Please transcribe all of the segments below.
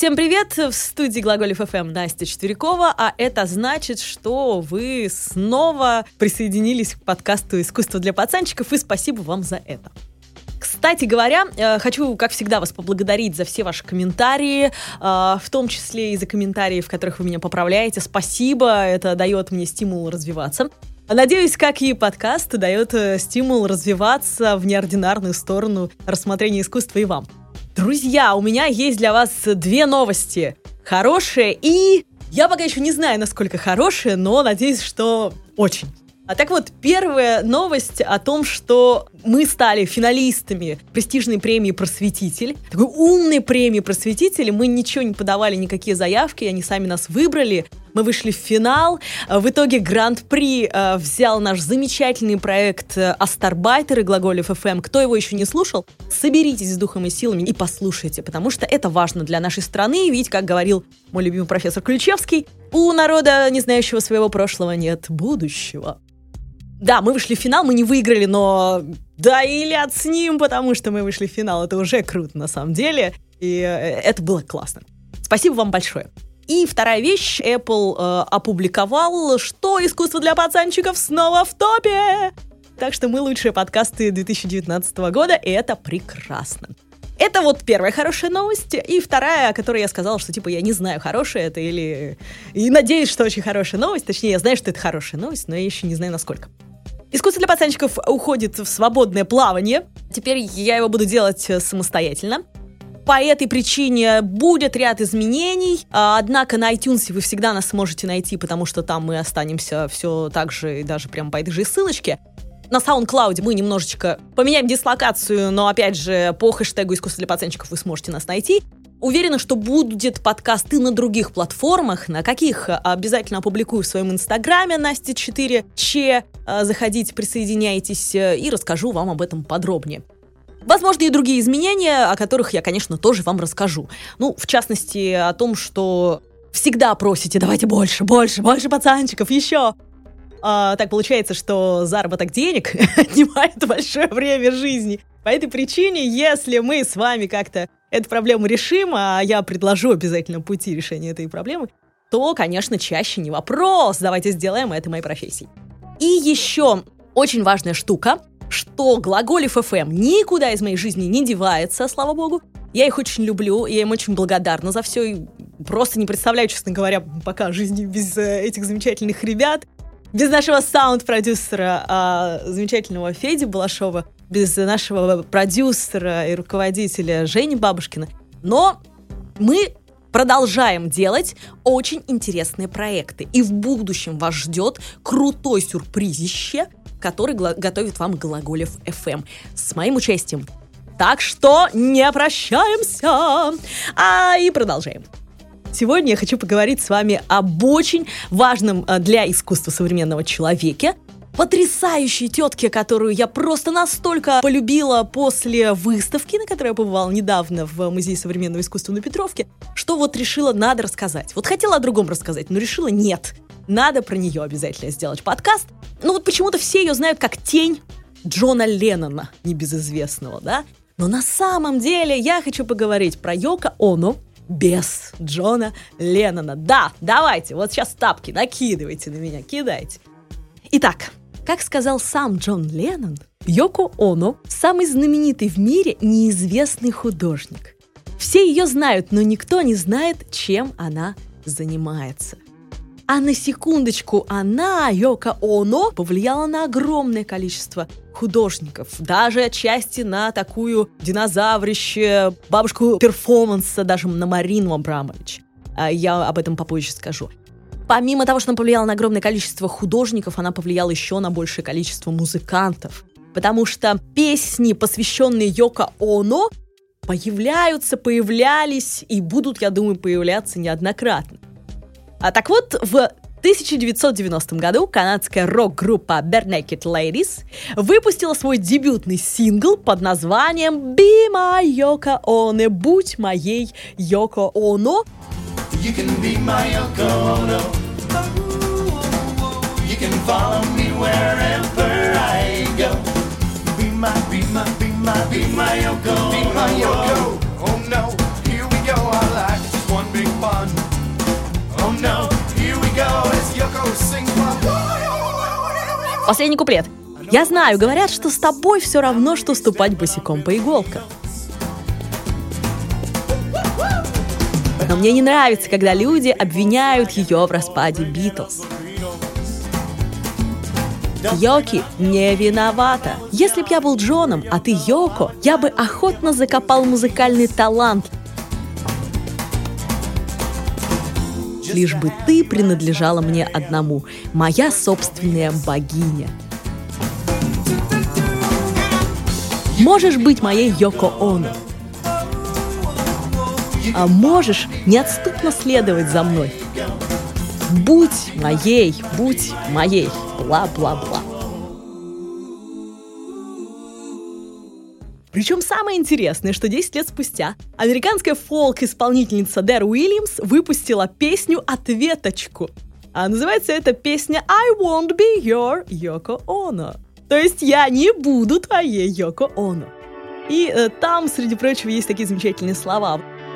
Всем привет! В студии Глаголев ФМ Настя Четверякова, а это значит, что вы снова присоединились к подкасту «Искусство для пацанчиков», и спасибо вам за это. Кстати говоря, хочу, как всегда, вас поблагодарить за все ваши комментарии, в том числе и за комментарии, в которых вы меня поправляете. Спасибо, это дает мне стимул развиваться. Надеюсь, как и подкаст, дает стимул развиваться в неординарную сторону рассмотрения искусства и вам. Друзья, у меня есть для вас две новости. Хорошие и... Я пока еще не знаю, насколько хорошие, но надеюсь, что очень. Так вот, первая новость о том, что мы стали финалистами престижной премии «Просветитель». Такой умной премии «Просветитель». Мы ничего не подавали, никакие заявки, они сами нас выбрали. Мы вышли в финал. В итоге гран-при взял наш замечательный проект «Астарбайтеры» Глаголев ФМ. Кто его еще не слушал, соберитесь с духом и силами и послушайте, потому что это важно для нашей страны. Ведь, как говорил мой любимый профессор Ключевский, у народа, не знающего своего прошлого, нет будущего. Да, мы вышли в финал, мы не выиграли, но да и ляд с ним, потому что мы вышли в финал. Это уже круто, на самом деле. И это было классно. Спасибо вам большое. И вторая вещь. Apple опубликовал, что «Искусство для пацанчиков» снова в топе. Так что мы лучшие подкасты 2019 года, и это прекрасно. Это вот первая хорошая новость. И вторая, о которой я сказала, что типа я не знаю, хорошая это или... И надеюсь, что очень хорошая новость. Точнее, я знаю, что это хорошая новость, но я еще не знаю, насколько. «Искусство для пацанчиков» уходит в свободное плавание. Теперь я его буду делать самостоятельно. По этой причине будет ряд изменений. Однако на iTunes вы всегда нас сможете найти, потому что там мы останемся все так же и даже прямо по этой же ссылочке. На SoundCloud мы немножечко поменяем дислокацию, но, опять же, по хэштегу «Искусство для пацанчиков» вы сможете нас найти. Уверена, что будет подкаст и на других платформах, на каких обязательно опубликую в своем инстаграме Настя4Ч. Заходите, присоединяйтесь, и расскажу вам об этом подробнее. Возможно, и другие изменения, о которых я, конечно, тоже вам расскажу. Ну, в частности, о том, что всегда просите «давайте больше пацанчиков, еще». Так получается, что заработок денег отнимает большое время жизни. По этой причине, если мы с вами как-то эту проблему решим, а я предложу обязательно пути решения этой проблемы, то, конечно, чаще не вопрос. Давайте сделаем это моей профессией. И еще очень важная штука, что Глаголев ФМ никуда из моей жизни не девается, слава богу. Я их очень люблю, я им очень благодарна за все. И просто не представляю, честно говоря, пока жизни без этих замечательных ребят. Без нашего саунд-продюсера, замечательного Феди Балашова, без нашего продюсера и руководителя Жени Бабушкина. Но мы продолжаем делать очень интересные проекты. И в будущем вас ждет крутой сюрпризище, который готовит вам Глаголев ФМ с моим участием. Так что не прощаемся, и продолжаем. Сегодня я хочу поговорить с вами об очень важном для искусства современного человеке, потрясающей тетке, которую я просто настолько полюбила после выставки, на которой я побывала недавно в Музее современного искусства на Петровке, что вот решила, надо рассказать. Вот хотела о другом рассказать, но решила, нет, надо про нее обязательно сделать подкаст. Ну вот почему-то все ее знают как тень Джона Леннона, небезызвестного, да? Но на самом деле я хочу поговорить про Йоко Оно, без Джона Леннона. Да, давайте, вот сейчас тапки накидывайте на меня, кидайте. Итак, как сказал сам Джон Леннон, Йоко Оно – самый знаменитый в мире неизвестный художник. Все ее знают, но никто не знает, чем она занимается. А на секундочку, она, Йоко Оно, повлияла на огромное количество художников, даже отчасти на такую динозаврище, бабушку перформанса, даже на Марину Абрамович. Я об этом попозже скажу. Помимо того, что она повлияла на огромное количество художников, она повлияла еще на большее количество музыкантов. Потому что песни, посвященные Йоко Оно, появлялись и будут, я думаю, появляться неоднократно. Так вот, в 1990 году канадская рок-группа Bare Naked Ladies выпустила свой дебютный сингл под названием «Be My Yoko Ono», «Будь моей Йоко Оно». You can be my Yoko Ono. You can follow me wherever I go. Be my Yoko. Be my Yoko. Oh no, here we go. I like this one. fun. Oh no, here we go as Yoko sings Последний куплет. Я знаю, говорят, что с тобой все равно, что ступать босиком по иголкам. Но мне не нравится, когда люди обвиняют ее в распаде Битлз. Йоки не виновата. Если б я был Джоном, а ты Йоко, я бы охотно закопал музыкальный талант, лишь бы ты принадлежала мне одному, моя собственная богиня. Можешь быть моей Йоко Оно, а можешь неотступно следовать за мной. Будь моей, бла-бла-бла. Причем самое интересное, что 10 лет спустя американская фолк-исполнительница Дэр Уильямс выпустила песню-ответочку. А называется эта песня «I won't be your Yoko Ono». То есть «Я не буду твоей Йоко Оно». И там, среди прочего, есть такие замечательные слова.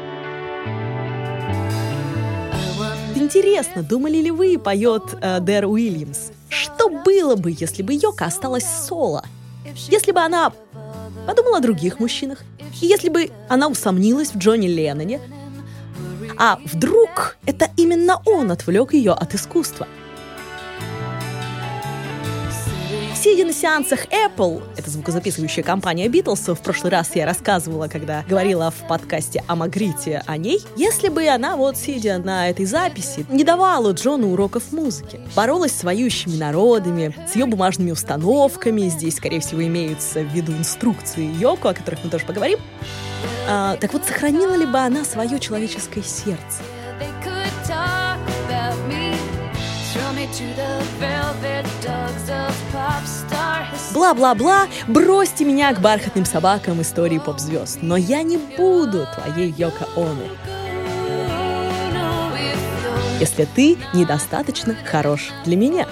Интересно, думали ли вы, поет Дэр Уильямс, что было бы, если бы Йоко осталась соло? Если бы она подумала о других мужчинах? И если бы она усомнилась в Джоне Ленноне? А вдруг это именно он отвлек ее от искусства? Сидя на сеансах Apple, это звукозаписывающая компания Битлз, в прошлый раз я рассказывала, когда говорила в подкасте о Магрите о ней, если бы она, сидя на этой записи, не давала Джону уроков музыки, боролась с воюющими народами, с ее бумажными установками, здесь, скорее всего, имеются в виду инструкции Йоко, о которых мы тоже поговорим, так вот, сохранила ли бы она свое человеческое сердце? Бла-бла-бла, бросьте меня к бархатным собакам истории поп-звезд, но я не буду твоей Йоко Оно, если ты недостаточно хорош для меня.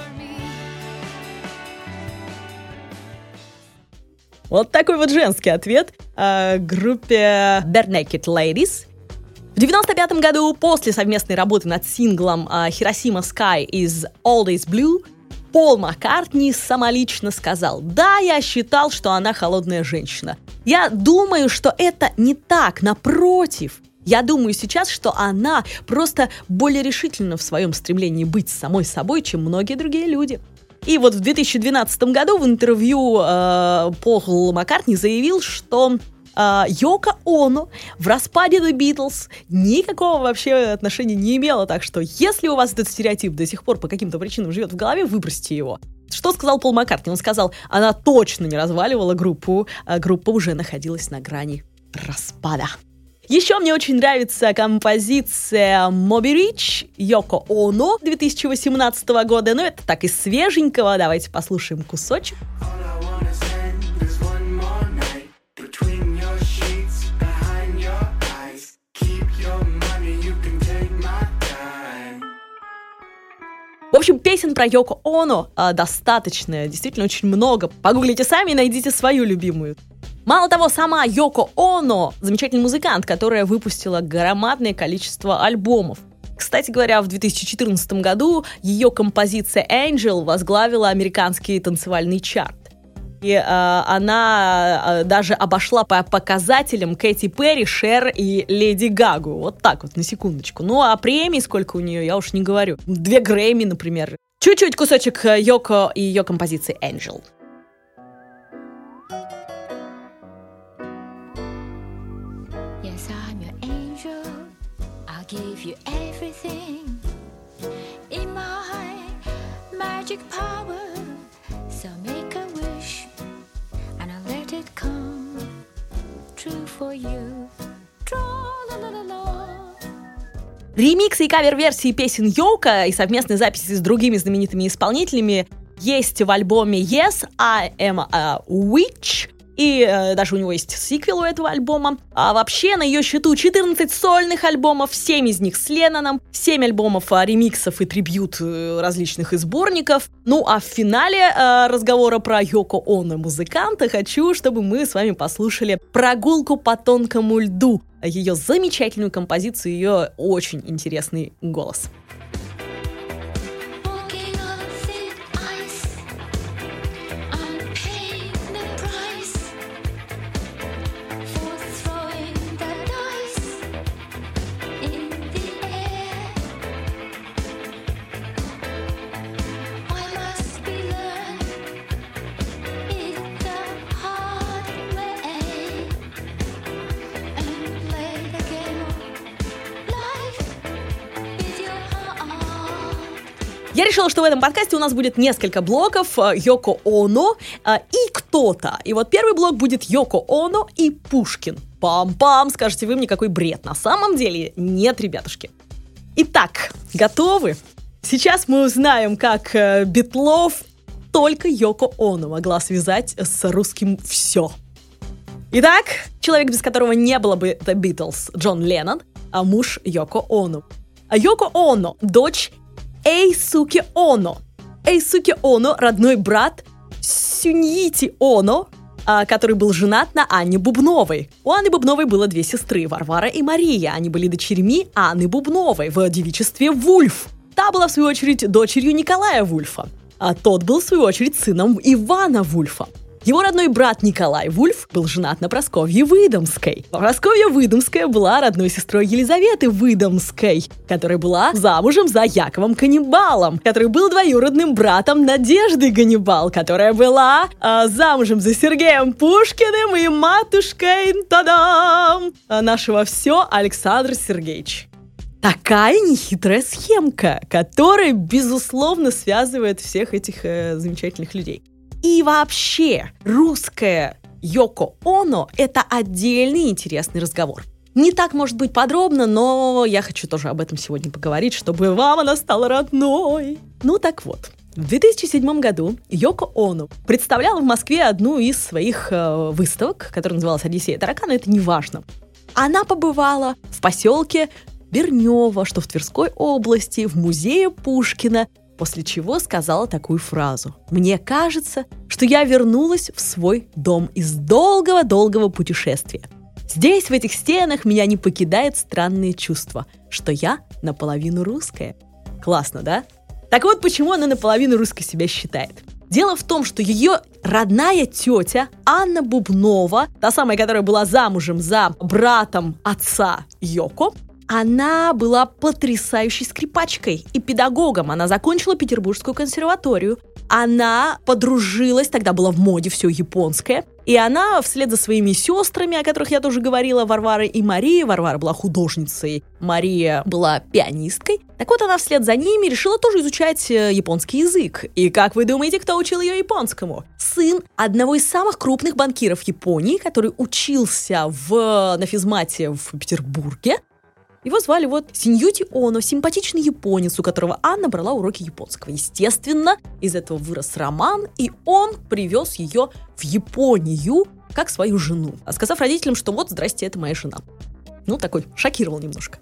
Вот такой вот женский ответ группе Bare Naked Ladies. В 1995 году, после совместной работы над синглом Hiroshima Sky из All Is Blue, Пол Маккартни самолично сказал: «Да, я считал, что она холодная женщина. Я думаю, что это не так, напротив. Я думаю сейчас, что она просто более решительна в своем стремлении быть самой собой, чем многие другие люди». И вот в 2012 году в интервью Пол Маккартни заявил, что Йоко Оно в распаде The Beatles никакого вообще отношения не имела, так что если у вас этот стереотип до сих пор по каким-то причинам живет в голове, выбросьте его. Что сказал Пол Маккартни? Он сказал, она точно не разваливала группу, группа уже находилась на грани распада. Еще мне очень нравится композиция Моби Рич Йоко Оно 2018 года, но это так из свеженького, давайте послушаем кусочек. В общем, песен про Йоко Оно достаточно, действительно очень много. Погуглите сами и найдите свою любимую. Мало того, сама Йоко Оно замечательный музыкант, которая выпустила громадное количество альбомов. Кстати говоря, в 2014 году ее композиция «Angel» возглавила американский танцевальный чарт. И она даже обошла по показателям Кэти Перри, Шер и Леди Гагу. Вот так вот, на секундочку. Ну, а премий сколько у нее, я уж не говорю. 2 Грэмми, например. Чуть-чуть кусочек Йоко и ее композиции «Angel». Yes, I'm your angel. I'll give you everything in my magic power. So make a wish. Ремиксы и кавер-версии песен Йоко и совместные записи с другими знаменитыми исполнителями есть в альбоме Yes, I Am a Witch И даже у него есть сиквел у этого альбома. А вообще на ее счету 14 сольных альбомов, 7 из них с Ленноном, 7 альбомов ремиксов и трибьют различных сборников. Ну а в финале разговора про Йоко Оно, музыканта, хочу, чтобы мы с вами послушали «Прогулку по тонкому льду», ее замечательную композицию, ее очень интересный голос. Я решила, что в этом подкасте у нас будет несколько блоков Йоко Оно и кто-то. И вот первый блок будет Йоко Оно и Пушкин. Пам-пам, скажете вы мне, какой бред. На самом деле нет, ребятушки. Итак, готовы? Сейчас мы узнаем, как Битлов только Йоко Оно могла связать с русским все. Итак, человек, без которого не было бы The Beatles, Джон Леннон, а муж Йоко Оно. А Йоко Оно – дочь Эйсуке Оно. Эйсуке Оно – родной брат Сюньити Оно, который был женат на Анне Бубновой. У Анны Бубновой было 2 сестры – Варвара и Мария. Они были дочерьми Анны Бубновой в девичестве Вульф. Та была, в свою очередь, дочерью Николая Вульфа. А тот был, в свою очередь, сыном Ивана Вульфа. Его родной брат Николай Вульф был женат на Прасковье Выдомской. Прасковья Выдомская была родной сестрой Елизаветы Выдомской, которая была замужем за Яковом Каннибалом, который был двоюродным братом Надежды Ганнибал, которая была замужем за Сергеем Пушкиным и матушкой та-дам, нашего все Александра Сергеевича. Такая нехитрая схемка, которая, безусловно, связывает всех этих замечательных людей. И вообще, русская Йоко Оно – это отдельный интересный разговор. Не так, может быть, подробно, но я хочу тоже об этом сегодня поговорить, чтобы вам она стала родной. Ну так вот, в 2007 году Йоко Оно представляла в Москве одну из своих выставок, которая называлась «Одиссея таракана», это не важно. Она побывала в поселке Бернево, что в Тверской области, в музее Пушкина, после чего сказала такую фразу: «Мне кажется, что я вернулась в свой дом из долгого-долгого путешествия. Здесь, в этих стенах, меня не покидает странное чувство, что я наполовину русская». Классно, да? Так вот, почему она наполовину русской себя считает. Дело в том, что ее родная тетя Анна Бубнова, та самая, которая была замужем за братом отца Йоко, она была потрясающей скрипачкой и педагогом. Она закончила Петербургскую консерваторию. Она подружилась, тогда было в моде все японское. И она вслед за своими сестрами, о которых я тоже говорила, Варварой и Марией. Варвара была художницей, Мария была пианисткой. Так вот, она вслед за ними решила тоже изучать японский язык. И как вы думаете, кто учил ее японскому? Сын одного из самых крупных банкиров Японии, который учился на физмате в Петербурге. Его звали Синьюти Оно, симпатичный японец, у которого Анна брала уроки японского. Естественно, из этого вырос роман, и он привез ее в Японию как свою жену, сказав родителям, что здрасте, это моя жена. Такой шокировал немножко.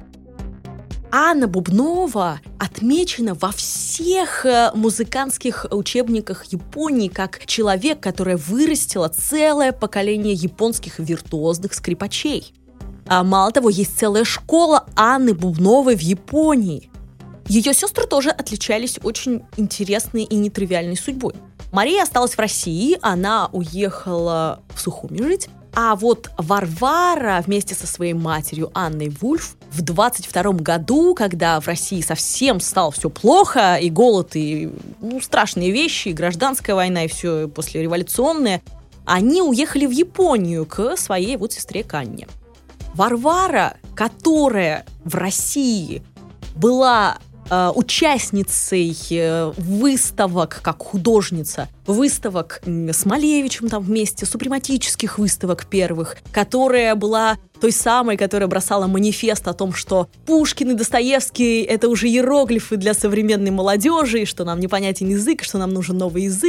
Анна Бубнова отмечена во всех музыкантских учебниках Японии как человек, который вырастила целое поколение японских виртуозных скрипачей. А мало того, есть целая школа Анны Бубновой в Японии. Ее сестры тоже отличались очень интересной и нетривиальной судьбой. Мария осталась в России, она уехала в Сухуми жить. А Варвара вместе со своей матерью Анной Вульф в 22 году, когда в России совсем стало все плохо, и голод, и страшные вещи, и гражданская война, и все послереволюционное, они уехали в Японию к своей сестре Канне. Варвара, которая в России была участницей выставок как художница, выставок с Малевичем вместе, супрематических выставок первых, которая была той самой, которая бросала манифест о том, что Пушкин и Достоевский — это уже иероглифы для современной молодежи, и что нам непонятен язык, что нам нужен новый язык.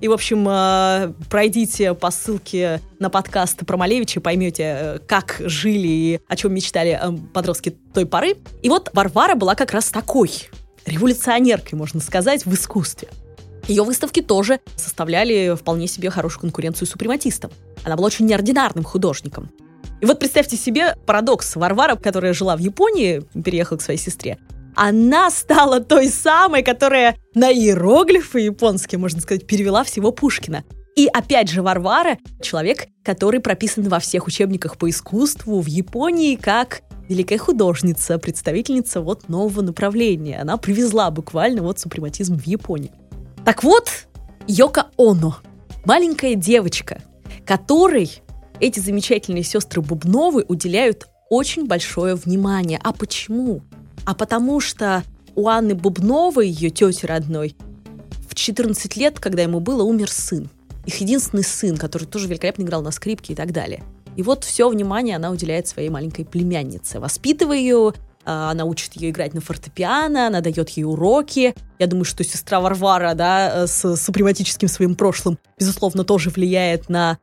И, в общем, пройдите по ссылке на подкаст про Малевича, поймете, как жили и о чем мечтали подростки той поры. И вот Варвара была как раз такой революционеркой, можно сказать, в искусстве. Ее выставки тоже составляли вполне себе хорошую конкуренцию супрематистам. Она была очень неординарным художником. И вот представьте себе парадокс. Варвара, которая жила в Японии, переехала к своей сестре, она стала той самой, которая на иероглифы японские, можно сказать, перевела всего Пушкина. И опять же, Варвара — человек, который прописан во всех учебниках по искусству в Японии как великая художница, представительница вот нового направления. Она привезла буквально вот супрематизм в Японию. Так вот, Йоко Оно, маленькая девочка, которой эти замечательные сестры Бубновы уделяют очень большое внимание. А почему? А потому что у Анны Бубновой, ее тети родной, в 14 лет, когда ему было, умер сын. Их единственный сын, который тоже великолепно играл на скрипке и так далее. И вот все внимание она уделяет своей маленькой племяннице. Воспитывая ее, она учит ее играть на фортепиано, она дает ей уроки. Я думаю, что сестра Варвара, да, с супрематическим своим прошлым, безусловно, тоже влияет на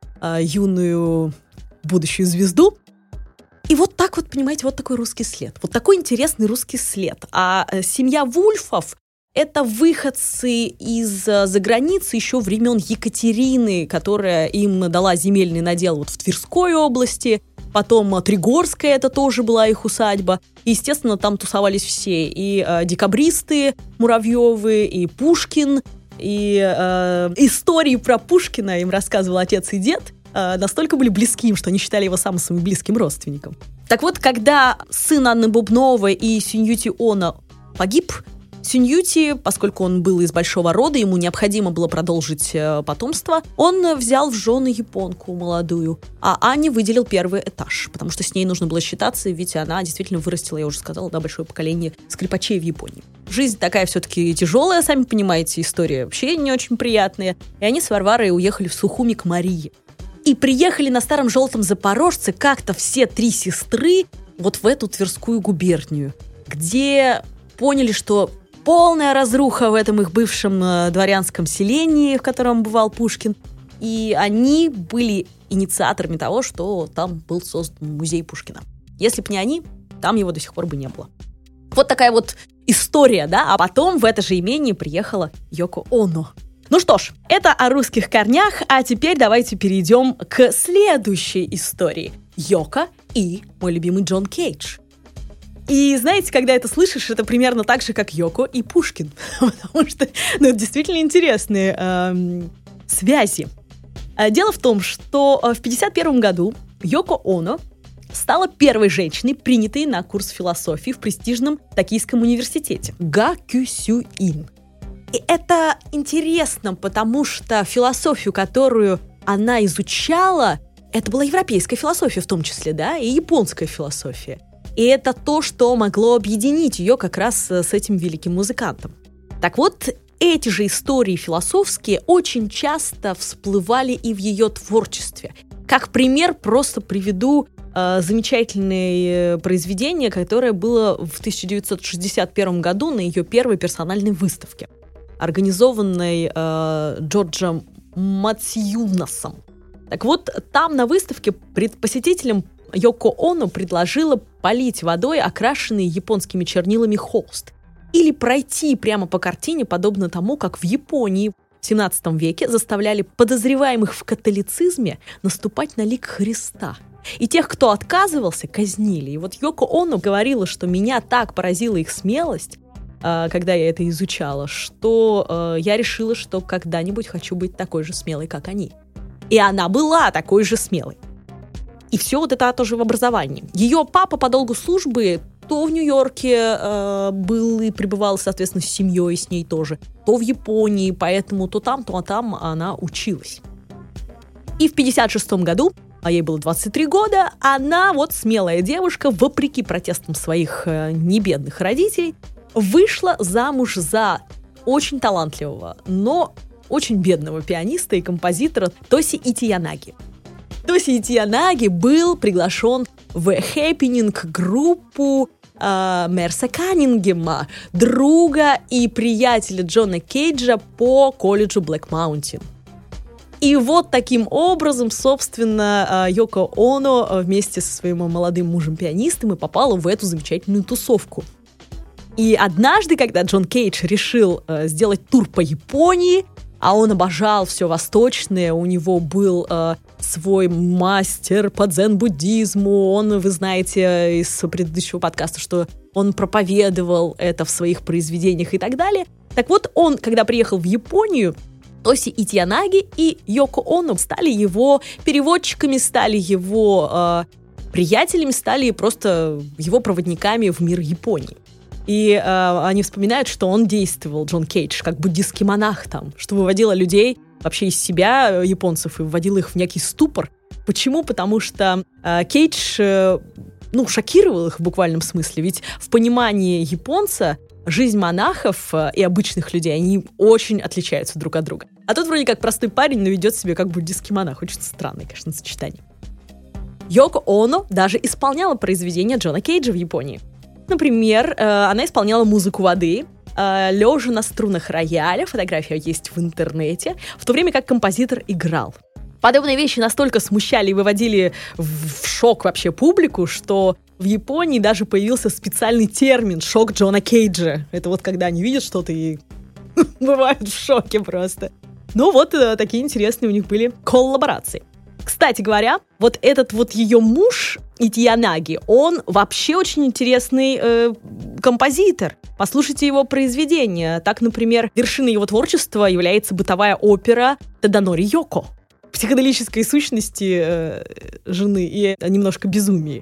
юную будущую звезду. И вот так вот, понимаете, вот такой русский след. Вот такой интересный русский след. А семья Вульфов — это выходцы из-за границы еще времен Екатерины, которая им дала земельный надел вот в Тверской области. Потом Тригорская, это тоже была их усадьба. И, естественно, там тусовались все. И декабристы Муравьевы, и Пушкин, и истории про Пушкина им рассказывал отец и дед. Настолько были близки им, что они считали его самым своим близким родственником. Так вот, когда сын Анны Бубновой и Суньюти Оно погиб, Суньюти, поскольку он был из большого рода, ему необходимо было продолжить потомство, он взял в жены японку молодую, а Анне выделил первый этаж, потому что с ней нужно было считаться, ведь она действительно вырастила, я уже сказала, да, большое поколение скрипачей в Японии. Жизнь такая все-таки тяжелая, сами понимаете, история вообще не очень приятная, и они с Варварой уехали в Сухуми к Марии. И приехали на старом желтом Запорожце как-то все три сестры вот в эту Тверскую губернию, где поняли, что полная разруха в этом их бывшем дворянском селении, в котором бывал Пушкин. И они были инициаторами того, что там был создан музей Пушкина. Если бы не они, там его до сих пор бы не было. Вот такая вот история, да? А потом в это же имение приехала Йоко Оно. Ну что ж, это о русских корнях, а теперь давайте перейдем к следующей истории. Йоко и мой любимый Джон Кейдж. И знаете, когда это слышишь, это примерно так же, как Йоко и Пушкин. Потому что это действительно интересные связи. Дело в том, что в 1951 году Йоко Оно стала первой женщиной, принятой на курс философии в престижном Токийском университете Гаккюсюин. И это интересно, потому что философию, которую она изучала, это была европейская философия в том числе, да, и японская философия. И это то, что могло объединить ее как раз с этим великим музыкантом. Так вот, эти же истории философские очень часто всплывали и в ее творчестве. Как пример просто приведу замечательное произведение, которое было в 1961 году на ее первой персональной выставке, организованной Джорджем Мацьюнасом. Так вот, там на выставке посетителям Йоко Оно предложила полить водой окрашенный японскими чернилами холст или пройти прямо по картине, подобно тому, как в Японии в 17 веке заставляли подозреваемых в католицизме наступать на лик Христа. И тех, кто отказывался, казнили. И вот Йоко Оно говорила, что меня так поразила их смелость, когда я это изучала, что я решила, что когда-нибудь хочу быть такой же смелой, как они. И она была такой же смелой. И все вот это тоже в образовании. Ее папа по долгу службы то в Нью-Йорке был и пребывал, соответственно, с семьей, с ней тоже, то в Японии, поэтому то там она училась. И в 1956 году, а ей было 23 года, она, вот смелая девушка, вопреки протестам своих небедных родителей, вышла замуж за очень талантливого, но очень бедного пианиста и композитора Тоси Итиянаги. Тоси Итиянаги был приглашен в хэппининг-группу Мерса Каннингема, друга и приятеля Джона Кейджа по колледжу Блэк Маунтин. И вот таким образом, собственно, Йоко Оно вместе со своим молодым мужем-пианистом и попала в эту замечательную тусовку. И однажды, когда Джон Кейдж решил сделать тур по Японии, а он обожал все восточное, у него был свой мастер по дзен-буддизму, вы знаете из предыдущего подкаста, что он проповедовал это в своих произведениях и так далее. Так вот, он, когда приехал в Японию, Тоси Итиянаги и Йоко Оно стали его переводчиками, стали его приятелями, стали просто его проводниками в мир Японии. И они вспоминают, что он действовал, Джон Кейдж, как буддистский монах там, что выводило людей вообще из себя, японцев, и вводил их в некий ступор. Почему? Потому что Кейдж, шокировал их в буквальном смысле, ведь в понимании японца жизнь монахов и обычных людей, они очень отличаются друг от друга. А тут вроде как простой парень, но ведет себя как буддистский монах. Очень странное, конечно, сочетание. Йоко Оно даже исполняла произведения Джона Кейджа в Японии. Например, она исполняла музыку воды, лежа на струнах рояля, фотография есть в интернете, в то время как композитор играл. Подобные вещи настолько смущали и выводили в шок вообще публику, что в Японии даже появился специальный термин «шок Джона Кейджа». Это вот когда они видят что-то и бывают в шоке просто. Ну вот такие интересные у них были коллаборации. Кстати говоря, вот этот вот ее муж Итиянаги, он вообще очень интересный композитор. Послушайте его произведения. Так, например, вершиной его творчества является бытовая опера «Таданори Йоко». Психоделической сущности жены и немножко безумии.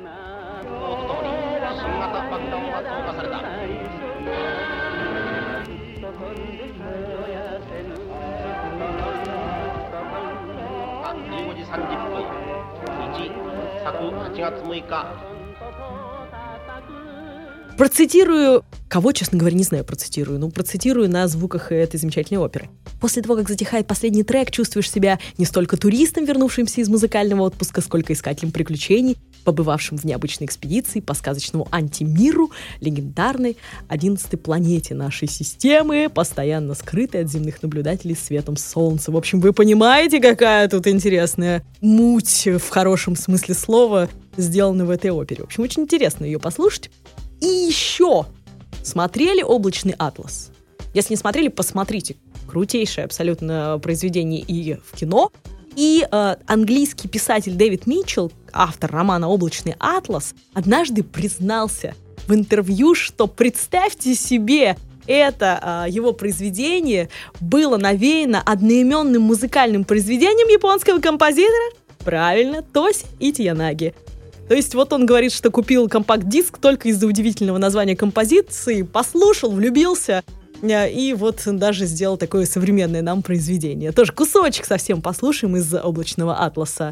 Процитирую, кого, честно говоря, не знаю, процитирую на звуках этой замечательной оперы. После того, как затихает последний трек, чувствуешь себя не столько туристом, вернувшимся из музыкального отпуска, сколько искателем приключений, побывавшим в необычной экспедиции по сказочному антимиру, легендарной 11-й планете нашей системы, постоянно скрытой от земных наблюдателей светом солнца. В общем, вы понимаете, какая тут интересная муть в хорошем смысле слова сделана в этой опере. В общем, очень интересно ее послушать. И еще смотрели «Облачный атлас». Если не смотрели, посмотрите. Крутейшее абсолютно произведение и в кино. И английский писатель Дэвид Митчелл, автор романа «Облачный атлас», однажды признался в интервью, что, представьте себе, это его произведение было навеяно одноименным музыкальным произведением японского композитора, правильно, Тоси Итиянаги. То есть вот он говорит, что купил компакт-диск только из-за удивительного названия композиции, послушал, влюбился, и вот даже сделал такое современное нам произведение. Тоже кусочек совсем послушаем из «Облачного атласа».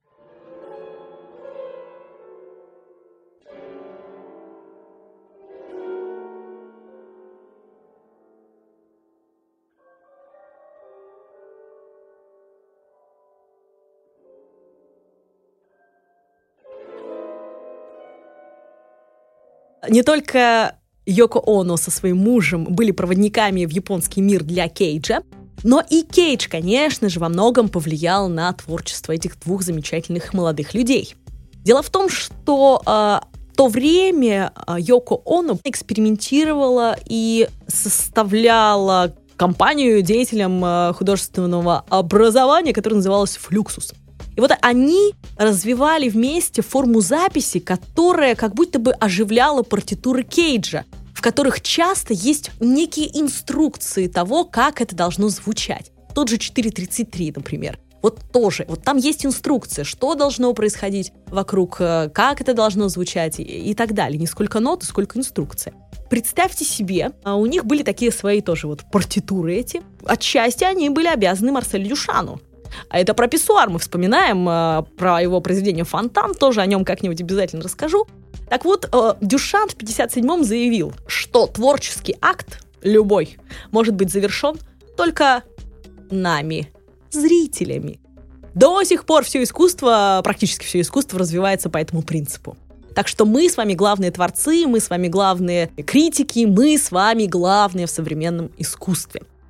Не только Йоко Оно со своим мужем были проводниками в японский мир для Кейджа, но и Кейдж, конечно же, во многом повлиял на творчество этих двух замечательных молодых людей. Дело в том, что в то время Йоко Оно экспериментировала и составляла компанию деятелям художественного образования, которая называлась «Флюксус». И вот они развивали вместе форму записи, которая как будто бы оживляла партитуры Кейджа, в которых часто есть некие инструкции того, как это должно звучать. Тот же 4.33, например. Вот тоже. Вот там есть инструкция, что должно происходить вокруг, как это должно звучать и так далее. Не сколько нот, сколько инструкция. Представьте себе, у них были такие свои тоже вот партитуры эти. Отчасти они были обязаны Марселю Дюшану. А это про писсуар мы вспоминаем, про его произведение «Фонтан», тоже о нем как-нибудь обязательно расскажу. Так вот, Дюшан в 1957-м заявил, что творческий акт, любой, может быть завершен только нами, зрителями. До сих пор все искусство, практически все искусство развивается по этому принципу. Так что мы с вами главные творцы, мы с вами главные критики, мы с вами главные в современном искусстве.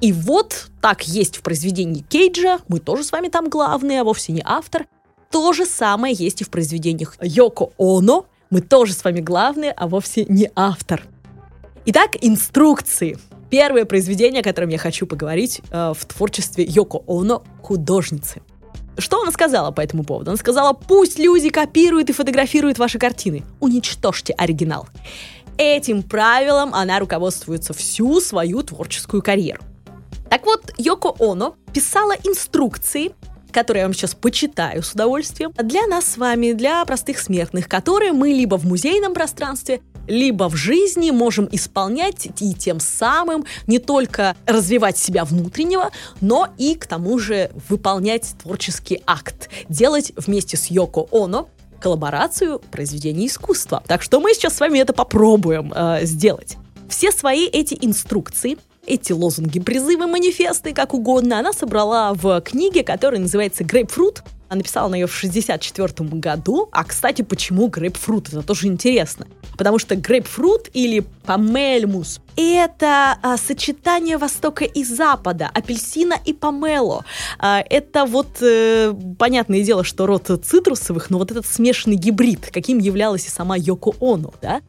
И вот так есть в произведении Кейджа, мы тоже с вами там главные, а вовсе не автор. То же самое есть и в произведениях Йоко Оно, мы тоже с вами главные, а вовсе не автор. Итак, инструкции. Первое произведение, о котором я хочу поговорить в творчестве Йоко Оно, художницы. Что она сказала по этому поводу? Она сказала: пусть люди копируют и фотографируют ваши картины, уничтожьте оригинал. Этим правилом она руководствуется всю свою творческую карьеру. Так вот, Йоко Оно писала инструкции, которые я вам сейчас почитаю с удовольствием, для нас с вами, для простых смертных, которые мы либо в музейном пространстве, либо в жизни можем исполнять и тем самым не только развивать себя внутреннего, но и к тому же выполнять творческий акт, делать вместе с Йоко Оно коллаборацию произведений искусства. Так что мы сейчас с вами это попробуем сделать. Все свои эти инструкции, эти лозунги, призывы, манифесты, как угодно, она собрала в книге, которая называется «Грейпфрут». Она написала она ее в 1964 году. А, кстати, почему грейпфрут? Это тоже интересно. Потому что грейпфрут или помельмус – это сочетание Востока и Запада, апельсина и помело. Это вот, понятное дело, что род цитрусовых, но вот этот смешанный гибрид, каким являлась и сама Йоко Оно, да?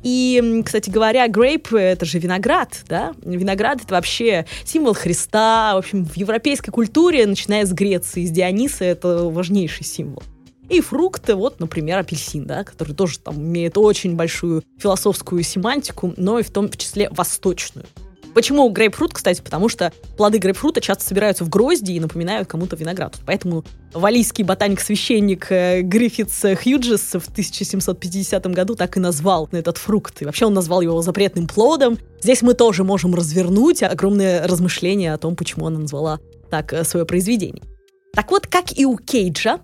И, кстати говоря, грейп — это же виноград, да? Виноград — это вообще символ Христа. В общем, в европейской культуре, начиная с Греции, с Диониса, это важнейший символ. И фрукты, вот, например, апельсин, да, который тоже там имеет очень большую философскую семантику, но и в том числе восточную. Почему грейпфрут, кстати? Потому что плоды грейпфрута часто собираются в грозди и напоминают кому-то виноград. Поэтому валлийский ботаник-священник Гриффитс Хьюджес в 1750 году так и назвал этот фрукт. И вообще он назвал его запретным плодом. Здесь мы тоже можем развернуть огромное размышление о том, почему она назвала так свое произведение. Так вот, как и у Кейджа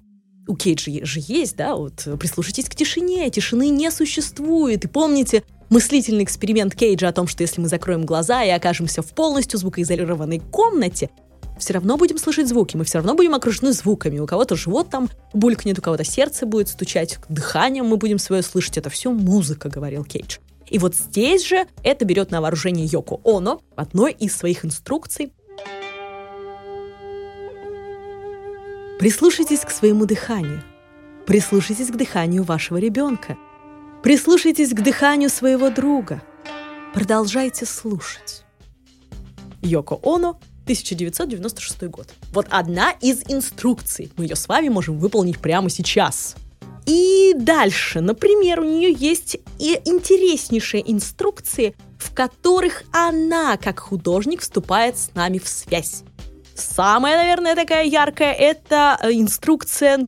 же есть, да, вот прислушайтесь к тишине, тишины не существует. И помните мыслительный эксперимент Кейджа о том, что если мы закроем глаза и окажемся в полностью звукоизолированной комнате, все равно будем слышать звуки, мы все равно будем окружены звуками. У кого-то живот там булькнет, у кого-то сердце будет стучать, дыханием мы будем свое слышать. Это все музыка, говорил Кейдж. И вот здесь же это берет на вооружение Йоко Оно в одной из своих инструкций. Прислушайтесь к своему дыханию. Прислушайтесь к дыханию вашего ребенка. Прислушайтесь к дыханию своего друга. Продолжайте слушать. Йоко Оно, 1996 год. Вот одна из инструкций. Мы ее с вами можем выполнить прямо сейчас. И дальше, например, у нее есть и интереснейшие инструкции, в которых она, как художник, вступает с нами в связь. Самая, наверное, такая яркая – это инструкция.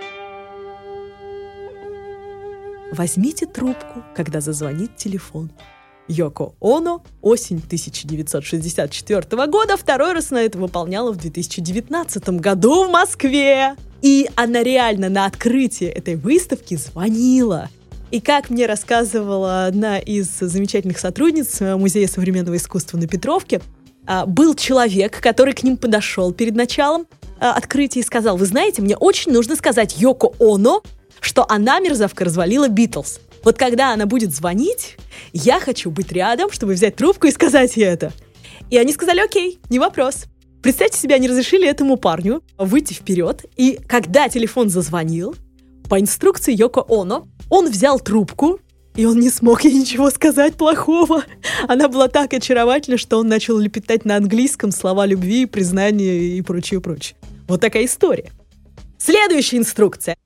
Возьмите трубку, когда зазвонит телефон. Йоко Оно, осень 1964 года, второй раз она это выполняла в 2019 году в Москве. И она реально на открытии этой выставки звонила. И как мне рассказывала одна из замечательных сотрудниц Музея современного искусства на Петровке, был человек, который к ним подошел перед началом открытия и сказал: вы знаете, мне очень нужно сказать Йоко Оно, что она, мерзавка, развалила Битлз. Вот когда она будет звонить, я хочу быть рядом, чтобы взять трубку и сказать ей это. И они сказали: окей, не вопрос. Представьте себе, они разрешили этому парню выйти вперед, и когда телефон зазвонил, по инструкции Йоко Оно, он взял трубку, и он не смог ей ничего сказать плохого. Она была так очаровательна, что он начал лепетать на английском слова любви, признания и прочее. Вот такая история. Следующая инструкция.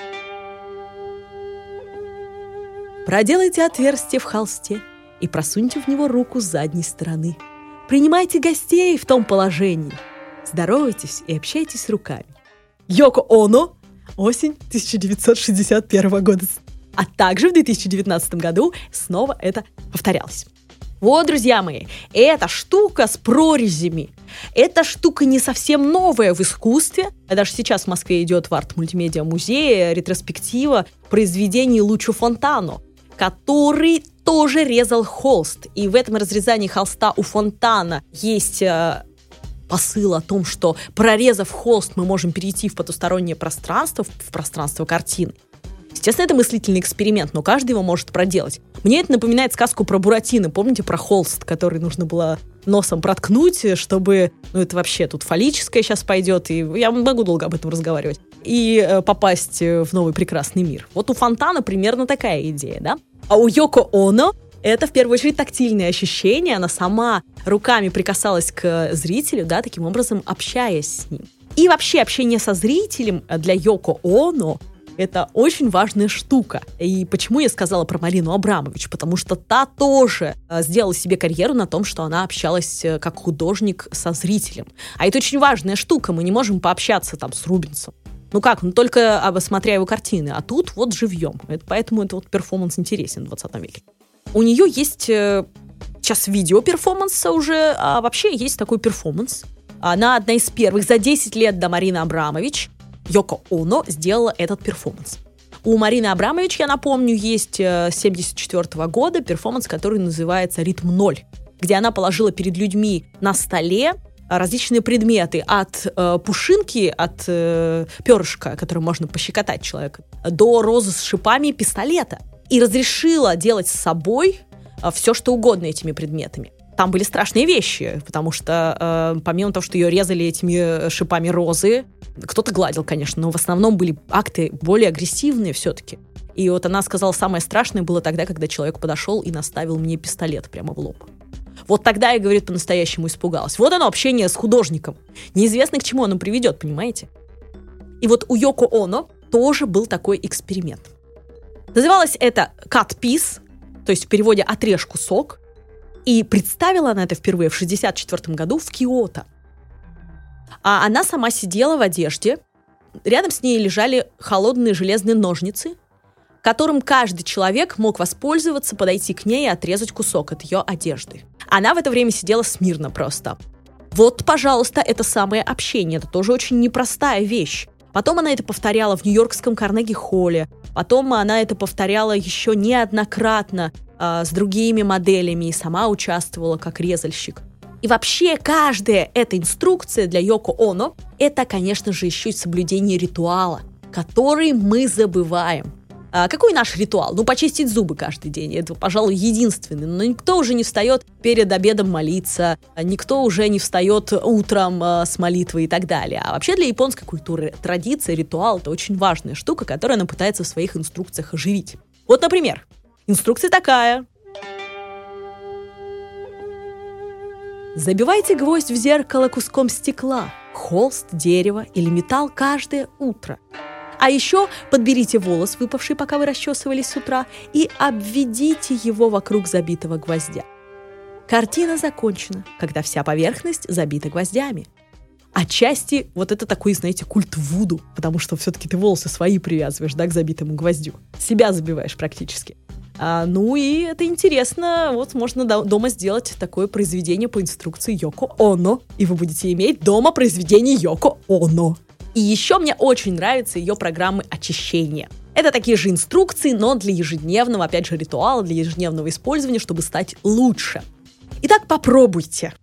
Проделайте отверстие в холсте и просуньте в него руку с задней стороны. Принимайте гостей в том положении. Здоровайтесь и общайтесь руками. Йоко Оно, осень 1961 года. А также в 2019 году снова это повторялось. Вот, друзья мои, эта штука с прорезями, эта штука не совсем новая в искусстве. Даже сейчас в Москве идет в арт-мультимедиа-музее ретроспектива произведений Лучо Фонтано, который тоже резал холст. И в этом разрезании холста у Фонтана есть посыл о том, что, прорезав холст, мы можем перейти в потустороннее пространство, в пространство картины. Естественно, это мыслительный эксперимент, но каждый его может проделать. Мне это напоминает сказку про Буратино. Помните про холст, который нужно было носом проткнуть, чтобы, это вообще тут фаллическое сейчас пойдет, и я могу долго об этом разговаривать, и попасть в новый прекрасный мир. Вот у Фонтана примерно такая идея, да? А у Йоко Оно это, в первую очередь, тактильные ощущения. Она сама руками прикасалась к зрителю, да, таким образом общаясь с ним. И вообще общение со зрителем для Йоко Оно это очень важная штука. И почему я сказала про Марину Абрамович? Потому что та тоже сделала себе карьеру на том, что она общалась как художник со зрителем. А это очень важная штука. Мы не можем пообщаться там с Рубенсом. Только смотря его картины. А тут вот живьем. Поэтому это вот перформанс интересен в 20 веке. У нее есть сейчас видео-перформанс уже, а вообще есть такой перформанс. Она одна из первых. За 10 лет до Марины Абрамович Йоко Оно сделала этот перформанс. У Марины Абрамович, я напомню, есть с 1974 года перформанс, который называется «Ритм-0», где она положила перед людьми на столе различные предметы от пушинки, от перышка, которым можно пощекотать человека, до розы с шипами и пистолета. И разрешила делать с собой все, что угодно этими предметами. Там были страшные вещи, потому что помимо того, что ее резали этими шипами розы, кто-то гладил, конечно, но в основном были акты более агрессивные все-таки. И вот она сказала, самое страшное было тогда, когда человек подошел и наставил мне пистолет прямо в лоб. Вот тогда я, говорит, по-настоящему испугалась. Вот оно, общение с художником. Неизвестно, к чему оно приведет, понимаете? И вот у Йоко Оно тоже был такой эксперимент. Называлось это «cut piece», то есть в переводе «отрежь кусок». И представила она это впервые в 1964 году в Киото. А она сама сидела в одежде. Рядом с ней лежали холодные железные ножницы, которым каждый человек мог воспользоваться, подойти к ней и отрезать кусок от ее одежды. Она в это время сидела смирно просто. Вот, пожалуйста, это самое общение. Это тоже очень непростая вещь. Потом она это повторяла в нью-йоркском Карнеги-холле. Потом она это повторяла еще неоднократно с другими моделями и сама участвовала как резальщик. И вообще каждая эта инструкция для Йоко Оно – это, конечно же, еще и соблюдение ритуала, который мы забываем. Какой наш ритуал? Почистить зубы каждый день. Это, пожалуй, единственный. Но никто уже не встает перед обедом молиться, никто уже не встает утром с молитвой и так далее. А вообще для японской культуры традиция, ритуал – это очень важная штука, которую она пытается в своих инструкциях оживить. Вот, например, инструкция такая. Забивайте гвоздь в зеркало куском стекла, холст, дерево или металл каждое утро. А еще подберите волос, выпавший, пока вы расчесывались с утра, и обведите его вокруг забитого гвоздя. Картина закончена, когда вся поверхность забита гвоздями. Отчасти вот это такой, знаете, культ вуду, потому что все-таки ты волосы свои привязываешь, да, к забитому гвоздю. Себя забиваешь практически. И это интересно, вот можно дома сделать такое произведение по инструкции Йоко Оно, и вы будете иметь дома произведение Йоко Оно. И еще мне очень нравятся ее программы очищения. Это такие же инструкции, но для ежедневного, опять же, ритуала, для ежедневного использования, чтобы стать лучше. Итак, попробуйте.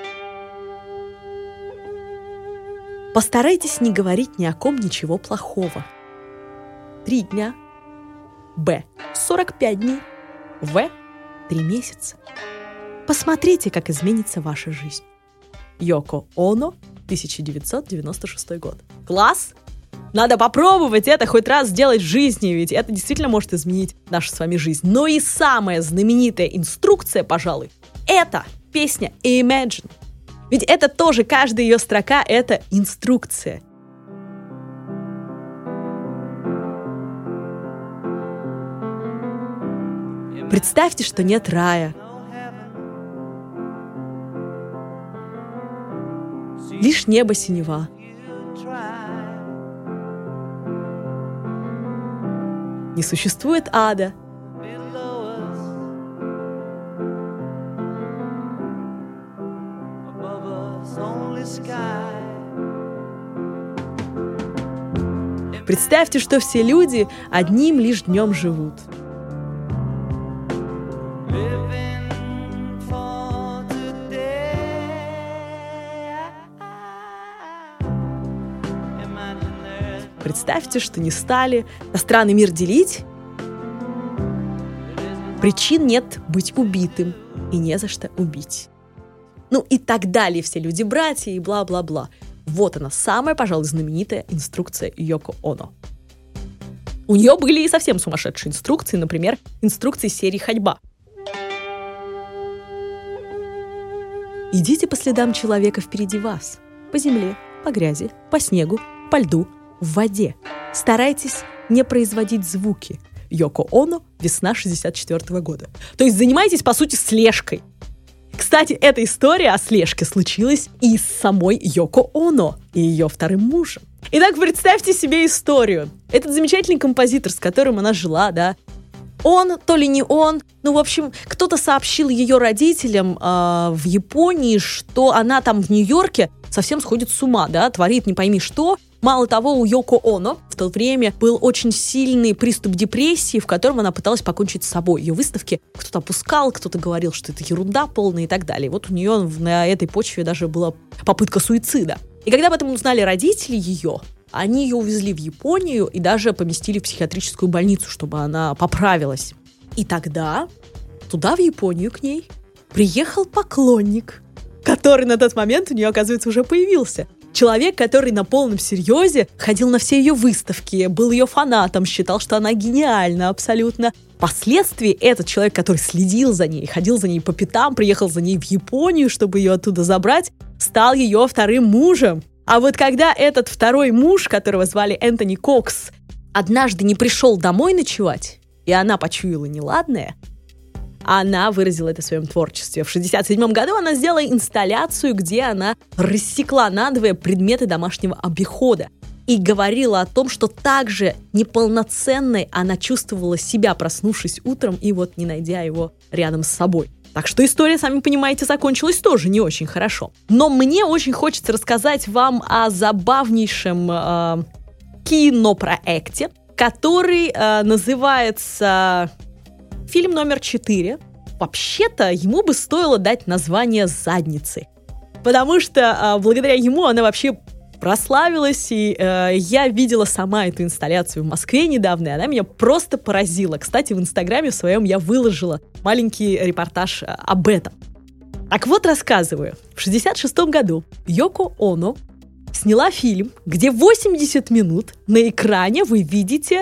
Постарайтесь не говорить ни о ком ничего плохого. 3 дня. Б. 45 дней. В. 3 месяца. Посмотрите, как изменится ваша жизнь. Йоко Оно, 1996 год. Класс! Надо попробовать это хоть раз сделать в жизни, ведь это действительно может изменить нашу с вами жизнь. Но и самая знаменитая инструкция, пожалуй, это песня Imagine. Ведь это тоже, каждая ее строка — это инструкция. Представьте, что нет рая. Лишь небо синева. Не существует ада. Представьте, что все люди одним лишь днем живут. Представьте, что не стали на странный мир делить. Причин нет быть убитым и не за что убить. Ну и так далее, все люди-братья и бла-бла-бла. Вот она, самая, пожалуй, знаменитая инструкция Йоко Оно. У нее были и совсем сумасшедшие инструкции, например, инструкции серии «Ходьба». Идите по следам человека впереди вас. По земле, по грязи, по снегу, по льду, в воде. Старайтесь не производить звуки. Йоко Оно, весна 1964 года. То есть занимайтесь, по сути, слежкой. Кстати, эта история о слежке случилась и с самой Йоко Оно и ее вторым мужем. Итак, представьте себе историю. Этот замечательный композитор, с которым она жила, да, он, то ли не он, ну, в общем, кто-то сообщил ее родителям в Японии, что она там в Нью-Йорке совсем сходит с ума, да, творит не пойми что. Мало того, у Йоко Оно в то время был очень сильный приступ депрессии, в котором она пыталась покончить с собой. Ее выставки кто-то опускал, кто-то говорил, что это ерунда полная и так далее. Вот у нее на этой почве даже была попытка суицида. И когда об этом узнали родители ее, они ее увезли в Японию и даже поместили в психиатрическую больницу, чтобы она поправилась. И тогда туда, в Японию, к ней приехал поклонник, который на тот момент у нее, оказывается, уже появился. Человек, который на полном серьезе ходил на все ее выставки, был ее фанатом, считал, что она гениальна абсолютно. Впоследствии этот человек, который следил за ней, ходил за ней по пятам, приехал за ней в Японию, чтобы ее оттуда забрать, стал ее вторым мужем. А вот когда этот второй муж, которого звали Энтони Кокс, однажды не пришел домой ночевать, и она почуяла неладное, она выразила это в своем творчестве. В 1967 году она сделала инсталляцию, где она рассекла надвое предметы домашнего обихода и говорила о том, что также неполноценной она чувствовала себя, проснувшись утром и вот не найдя его рядом с собой. Так что история, сами понимаете, закончилась тоже не очень хорошо. Но мне очень хочется рассказать вам о забавнейшем кинопроекте, который называется «Фильм номер 4». Вообще-то ему бы стоило дать название «Задницы», потому что благодаря ему она вообще прославилась, и я видела сама эту инсталляцию в Москве недавно, и она меня просто поразила. Кстати, в Инстаграме в своем я выложила маленький репортаж об этом. Так вот, рассказываю. В 1966 году Йоко Оно сняла фильм, где 80 минут на экране вы видите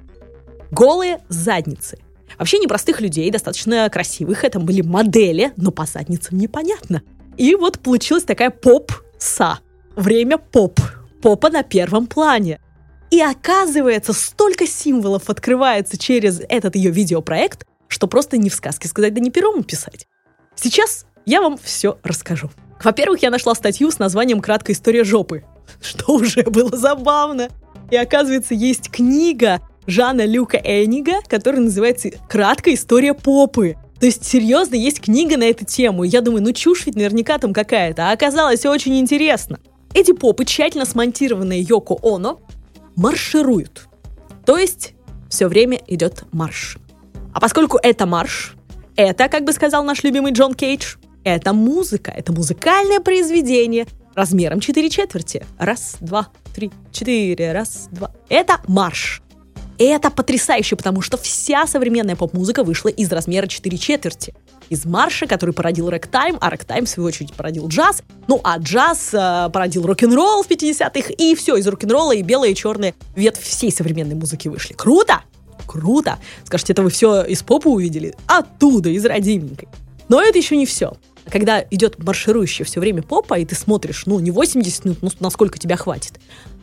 голые задницы. Вообще непростых людей, достаточно красивых. Это были модели, но по задницам непонятно. И вот получилась такая поп-са. Время поп. Попа на первом плане. И оказывается, столько символов открывается через этот ее видеопроект, что просто не в сказке сказать, да не пером писать. Сейчас я вам все расскажу. Во-первых, я нашла статью с названием «Краткая история жопы», что уже было забавно. И оказывается, есть книга Жана Люка Энига, которая называется «Краткая история попы». То есть, серьезно, есть книга на эту тему. И я думаю, ну чушь ведь наверняка там какая-то. А оказалось очень интересно. Эти попы, тщательно смонтированные Йоко Оно, маршируют. То есть, все время идет марш. А поскольку это марш, это, как бы сказал наш любимый Джон Кейдж, это музыка, это музыкальное произведение размером 4/4. Раз, два, три, четыре, раз, два. Это марш. И это потрясающе, потому что вся современная поп-музыка вышла из размера 4/4. Из марша, который породил рэктайм, а рэктайм, в свою очередь, породил джаз. Ну, а джаз породил рок-н-ролл в 50-х, и все, из рок-н-ролла и белая, и черная ветвь всей современной музыки вышли. Круто? Круто! Скажете, это вы все из попы увидели? Оттуда, из родименькой. Но это еще не все. Когда идет марширующая все время попа, и ты смотришь, ну, не 80 минут, ну, насколько тебя хватит,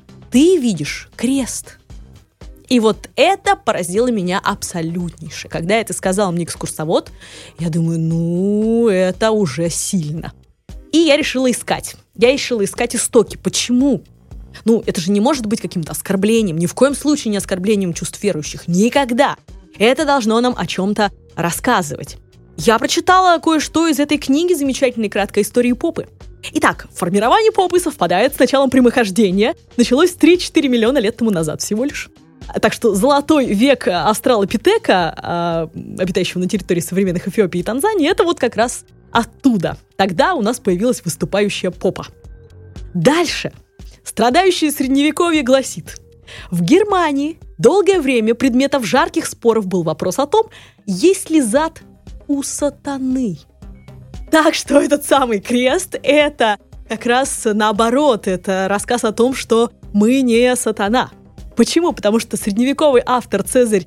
ты видишь крест. И вот это поразило меня абсолютнейше. Когда это сказал мне экскурсовод, я думаю, ну, это уже сильно. И я решила искать. Я решила искать истоки. Почему? Ну, это же не может быть каким-то оскорблением. Ни в коем случае не оскорблением чувств верующих. Никогда. Это должно нам о чем-то рассказывать. Я прочитала кое-что из этой книги замечательной краткой истории попы. Итак, формирование попы совпадает с началом прямохождения. Началось 3-4 миллиона лет тому назад всего лишь. Так что золотой век австралопитека, обитающего на территории современных Эфиопии и Танзании, это вот как раз оттуда. Тогда у нас появилась выступающая попа. Дальше. Страдающее средневековье гласит: в Германии долгое время предметом жарких споров был вопрос о том, есть ли зад у сатаны. Так что этот самый крест — это как раз наоборот, это рассказ о том, что мы не сатана. Почему? Потому что средневековый автор Цезарь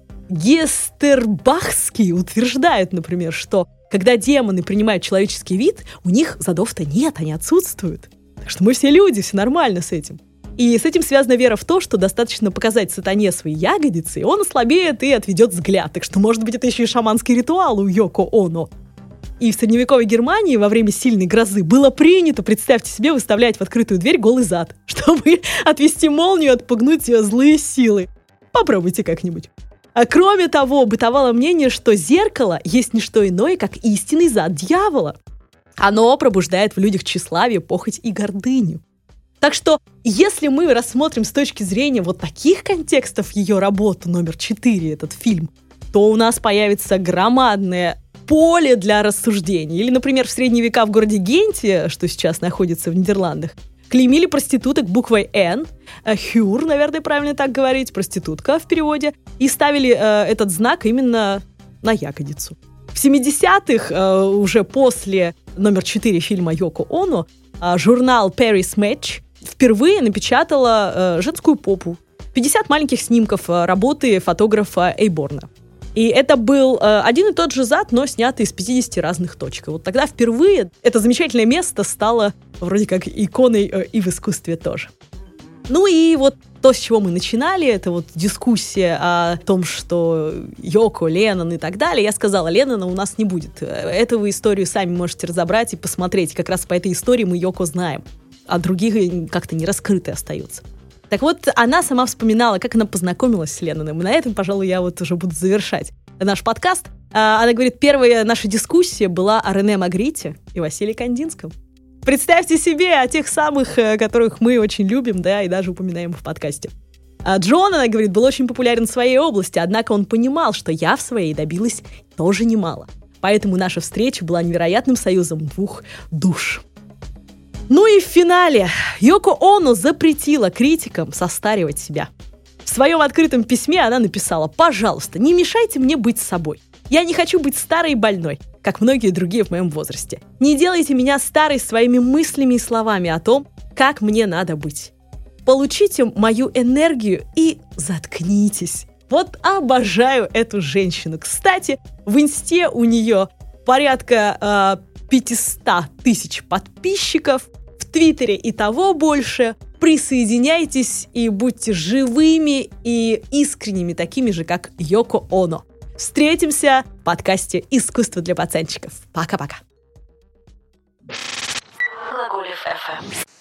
Гестербахский утверждает, например, что когда демоны принимают человеческий вид, у них задов-то нет, они отсутствуют. Так что мы все люди, все нормально с этим. И с этим связана вера в то, что достаточно показать сатане свои ягодицы, и он ослабеет и отведет взгляд. Так что, может быть, это еще и шаманский ритуал у Йоко Оно. И в средневековой Германии во время сильной грозы было принято, представьте себе, выставлять в открытую дверь голый зад, чтобы отвести молнию, отпугнуть злые силы. Попробуйте как-нибудь. А кроме того, бытовало мнение, что зеркало есть не что иное, как истинный зад дьявола. Оно пробуждает в людях тщеславие, похоть и гордыню. Так что, если мы рассмотрим с точки зрения вот таких контекстов ее работу номер 4, этот фильм, то у нас появится громадное поле для рассуждений. Или, например, в средние века в городе Генте, что сейчас находится в Нидерландах, клеймили проституток буквой «Н», «Хюр», наверное, правильно так говорить, проститутка в переводе, и ставили этот знак именно на ягодицу. В 70-х, уже после номер 4 фильма Йоко Оно, журнал Paris Match впервые напечатала женскую попу. 50 маленьких снимков работы фотографа Эйборна. И это был один и тот же зад, но снятый из 50 разных точек. И вот тогда впервые это замечательное место стало вроде как иконой и в искусстве тоже. Ну и вот то, с чего мы начинали, это вот дискуссия о том, что Йоко, Леннон и так далее. Я сказала, Леннона у нас не будет. Эту вы историю сами можете разобрать и посмотреть. Как раз по этой истории мы Йоко знаем, а другие как-то не раскрыты остаются. Так вот, она сама вспоминала, как она познакомилась с Ленноном. И на этом, пожалуй, я вот уже буду завершать наш подкаст. Она говорит, первая наша дискуссия была о Рене Магрите и Василии Кандинском. Представьте себе о тех самых, которых мы очень любим, да, и даже упоминаем в подкасте. А Джон, она говорит, был очень популярен в своей области, однако он понимал, что я в своей добилась тоже немало. Поэтому наша встреча была невероятным союзом двух душ. Ну и в финале Йоко Оно запретила критикам состаривать себя. В своем открытом письме она написала: «Пожалуйста, не мешайте мне быть собой. Я не хочу быть старой и больной, как многие другие в моем возрасте. Не делайте меня старой своими мыслями и словами о том, как мне надо быть. Получите мою энергию и заткнитесь». Вот обожаю эту женщину. Кстати, в Инсте у нее порядка 500 тысяч подписчиков, в Твиттере и того больше. Присоединяйтесь и будьте живыми и искренними, такими же, как Йоко Оно. Встретимся в подкасте «Искусство для пацанчиков». Пока-пока. Глаголев FM.